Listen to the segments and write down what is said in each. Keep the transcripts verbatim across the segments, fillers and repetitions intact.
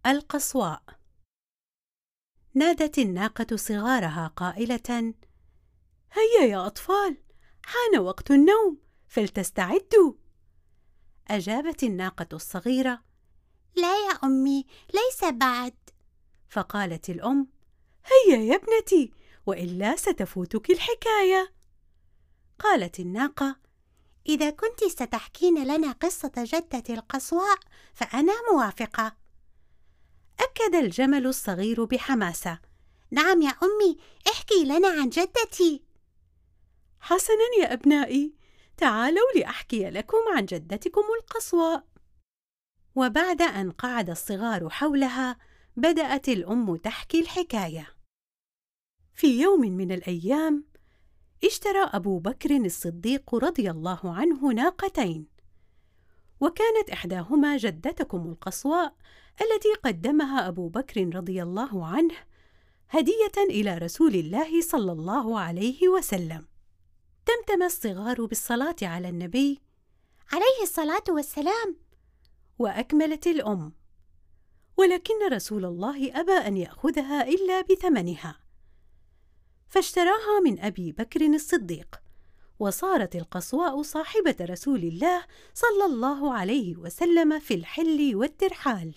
القصواء. نادت الناقة صغارها قائلة: هيا يا أطفال، حان وقت النوم، فلتستعدوا. أجابت الناقة الصغيرة: لا يا أمي، ليس بعد. فقالت الأم: هيا يا ابنتي، وإلا ستفوتك الحكاية. قالت الناقة: إذا كنت ستحكين لنا قصة جدتي القصواء فأنا موافقة. أكد الجمل الصغير بحماسة: نعم يا أمي، احكي لنا عن جدتي. حسناً يا أبنائي، تعالوا لأحكي لكم عن جدتكم القصواء. وبعد أن قعد الصغار حولها، بدأت الأم تحكي الحكاية. في يوم من الأيام، اشترى أبو بكر الصديق رضي الله عنه ناقتين، وكانت إحداهما جدتكم القصواء التي قدمها أبو بكر رضي الله عنه هدية إلى رسول الله صلى الله عليه وسلم. تمتم الصغار بالصلاة على النبي عليه الصلاة والسلام، وأكملت الأم: ولكن رسول الله أبى أن يأخذها إلا بثمنها، فاشتراها من أبي بكر الصديق، وصارت القصواء صاحبة رسول الله صلى الله عليه وسلم في الحل والترحال،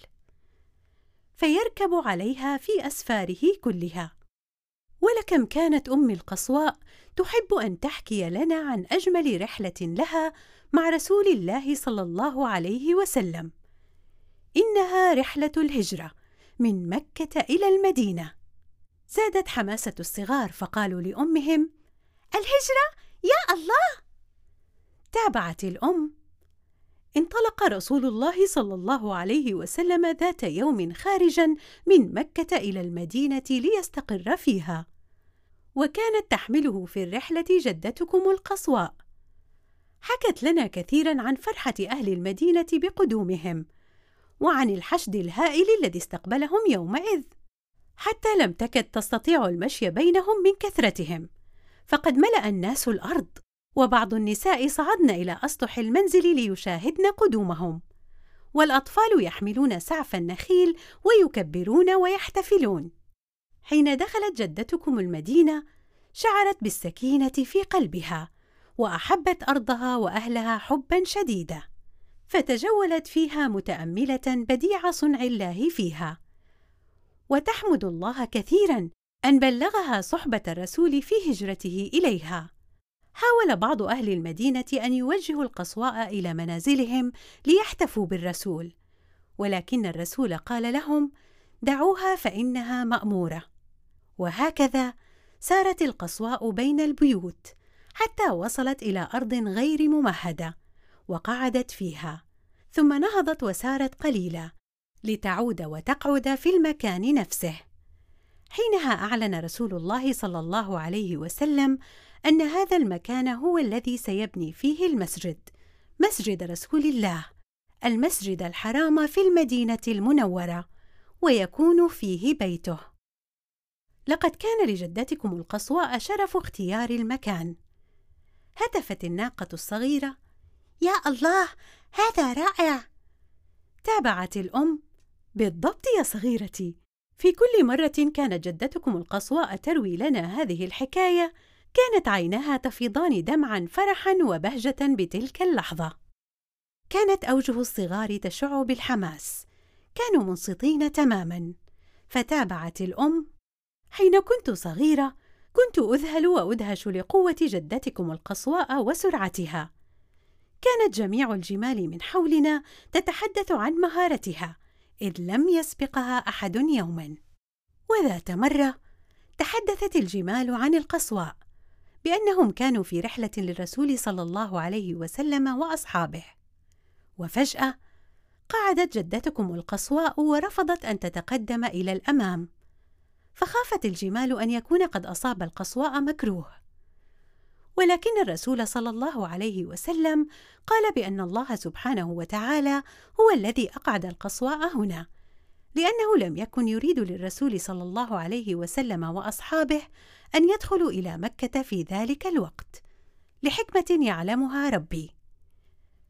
فيركب عليها في أسفاره كلها. ولكم كانت أم القصواء تحب أن تحكي لنا عن أجمل رحلة لها مع رسول الله صلى الله عليه وسلم، إنها رحلة الهجرة من مكة إلى المدينة. زادت حماسة الصغار فقالوا لأمهم: الهجرة؟ يا الله! تابعت الأم: انطلق رسول الله صلى الله عليه وسلم ذات يوم خارجاً من مكة إلى المدينة ليستقر فيها، وكانت تحمله في الرحلة جدتكم القصواء. حكت لنا كثيراً عن فرحة أهل المدينة بقدومهم، وعن الحشد الهائل الذي استقبلهم يومئذ، حتى لم تكد تستطيع المشي بينهم من كثرتهم، فقد ملأ الناس الأرض، وبعض النساء صعدن إلى أسطح المنزل ليشاهدن قدومهم، والأطفال يحملون سعف النخيل ويكبرون ويحتفلون. حين دخلت جدتكم المدينة، شعرت بالسكينة في قلبها، وأحبت أرضها وأهلها حباً شديدا، فتجولت فيها متأملة بديع صنع الله فيها، وتحمد الله كثيراً أن بلغها صحبة الرسول في هجرته إليها. حاول بعض أهل المدينة أن يوجهوا القصواء إلى منازلهم ليحتفوا بالرسول، ولكن الرسول قال لهم: دعوها فإنها مأمورة. وهكذا سارت القصواء بين البيوت حتى وصلت إلى أرض غير ممهدة، وقعدت فيها، ثم نهضت وسارت قليلا لتعود وتقعد في المكان نفسه. حينها أعلن رسول الله صلى الله عليه وسلم أن هذا المكان هو الذي سيبني فيه المسجد، مسجد رسول الله، المسجد الحرام في المدينة المنورة، ويكون فيه بيته. لقد كان لجدتكم القصواء شرف اختيار المكان. هتفت الناقة الصغيرة: يا الله، هذا رائع! تابعت الأم: بالضبط يا صغيرتي، في كل مرة كانت جدتكم القصواء تروي لنا هذه الحكاية، كانت عيناها تفيضان دمعاً فرحاً وبهجة بتلك اللحظة. كانت أوجه الصغار تشع بالحماس، كانوا منصتين تماماً. فتابعت الأم: حين كنت صغيرة كنت أذهل وأدهش لقوة جدتكم القصواء وسرعتها. كانت جميع الجمال من حولنا تتحدث عن مهارتها، إذ لم يسبقها أحد يوماً. وذات مرة تحدثت الجمال عن القصواء بأنهم كانوا في رحلة للرسول صلى الله عليه وسلم وأصحابه، وفجأة قعدت جدتكم القصواء ورفضت أن تتقدم إلى الأمام، فخافت الجمال أن يكون قد أصاب القصواء مكروه. ولكن الرسول صلى الله عليه وسلم قال بأن الله سبحانه وتعالى هو الذي أقعد القصواء هنا، لأنه لم يكن يريد للرسول صلى الله عليه وسلم وأصحابه أن يدخلوا إلى مكة في ذلك الوقت، لحكمة يعلمها ربي.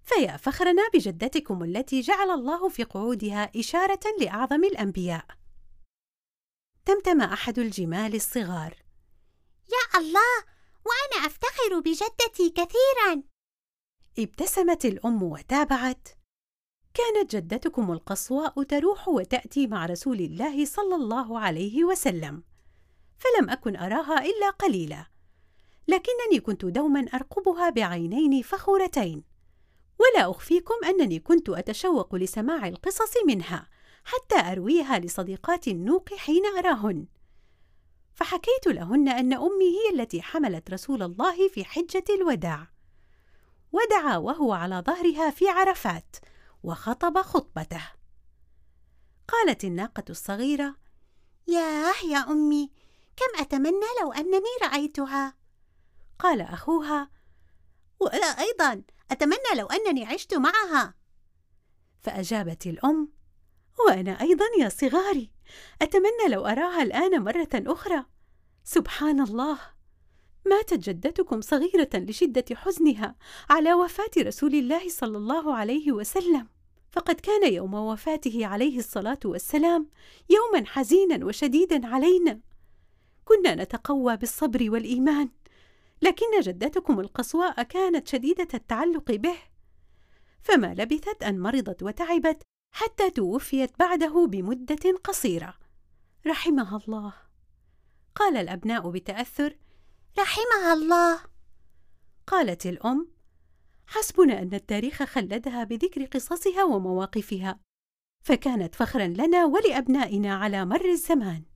فيا فخرنا بجدتكم التي جعل الله في قعودها إشارة لأعظم الأنبياء. تمتم أحد الجمال الصغار: يا الله، وأنا أفتخر بجدتي كثيراً. ابتسمت الأم وتابعت: كانت جدتكم القصواء تروح وتأتي مع رسول الله صلى الله عليه وسلم، فلم أكن أراها إلا قليلا، لكنني كنت دوما أرقبها بعينين فخورتين، ولا أخفيكم أنني كنت أتشوق لسماع القصص منها حتى أرويها لصديقات النوق حين أراهن. فحكيت لهن أن أمي هي التي حملت رسول الله في حجة الوداع، ودعا وهو على ظهرها في عرفات وخطب خطبته. قالت الناقة الصغيرة: ياه يا أمي، كم أتمنى لو أنني رأيتها. قال أخوها: وأنا أيضا أتمنى لو أنني عشت معها. فأجابت الأم: وأنا أيضا يا صغاري، أتمنى لو أراها الآن مرة أخرى. سبحان الله، ماتت جدتكم صغيرة لشدة حزنها على وفاة رسول الله صلى الله عليه وسلم، فقد كان يوم وفاته عليه الصلاة والسلام يوما حزينا وشديدا علينا. كنا نتقوى بالصبر والإيمان، لكن جدتكم القصواء كانت شديدة التعلق به، فما لبثت أن مرضت وتعبت حتى توفيت بعده بمدة قصيرة، رحمها الله. قال الأبناء بتأثر: رحمها الله. قالت الأم: حسبنا أن التاريخ خلدها بذكر قصصها ومواقفها، فكانت فخرا لنا ولأبنائنا على مر الزمان.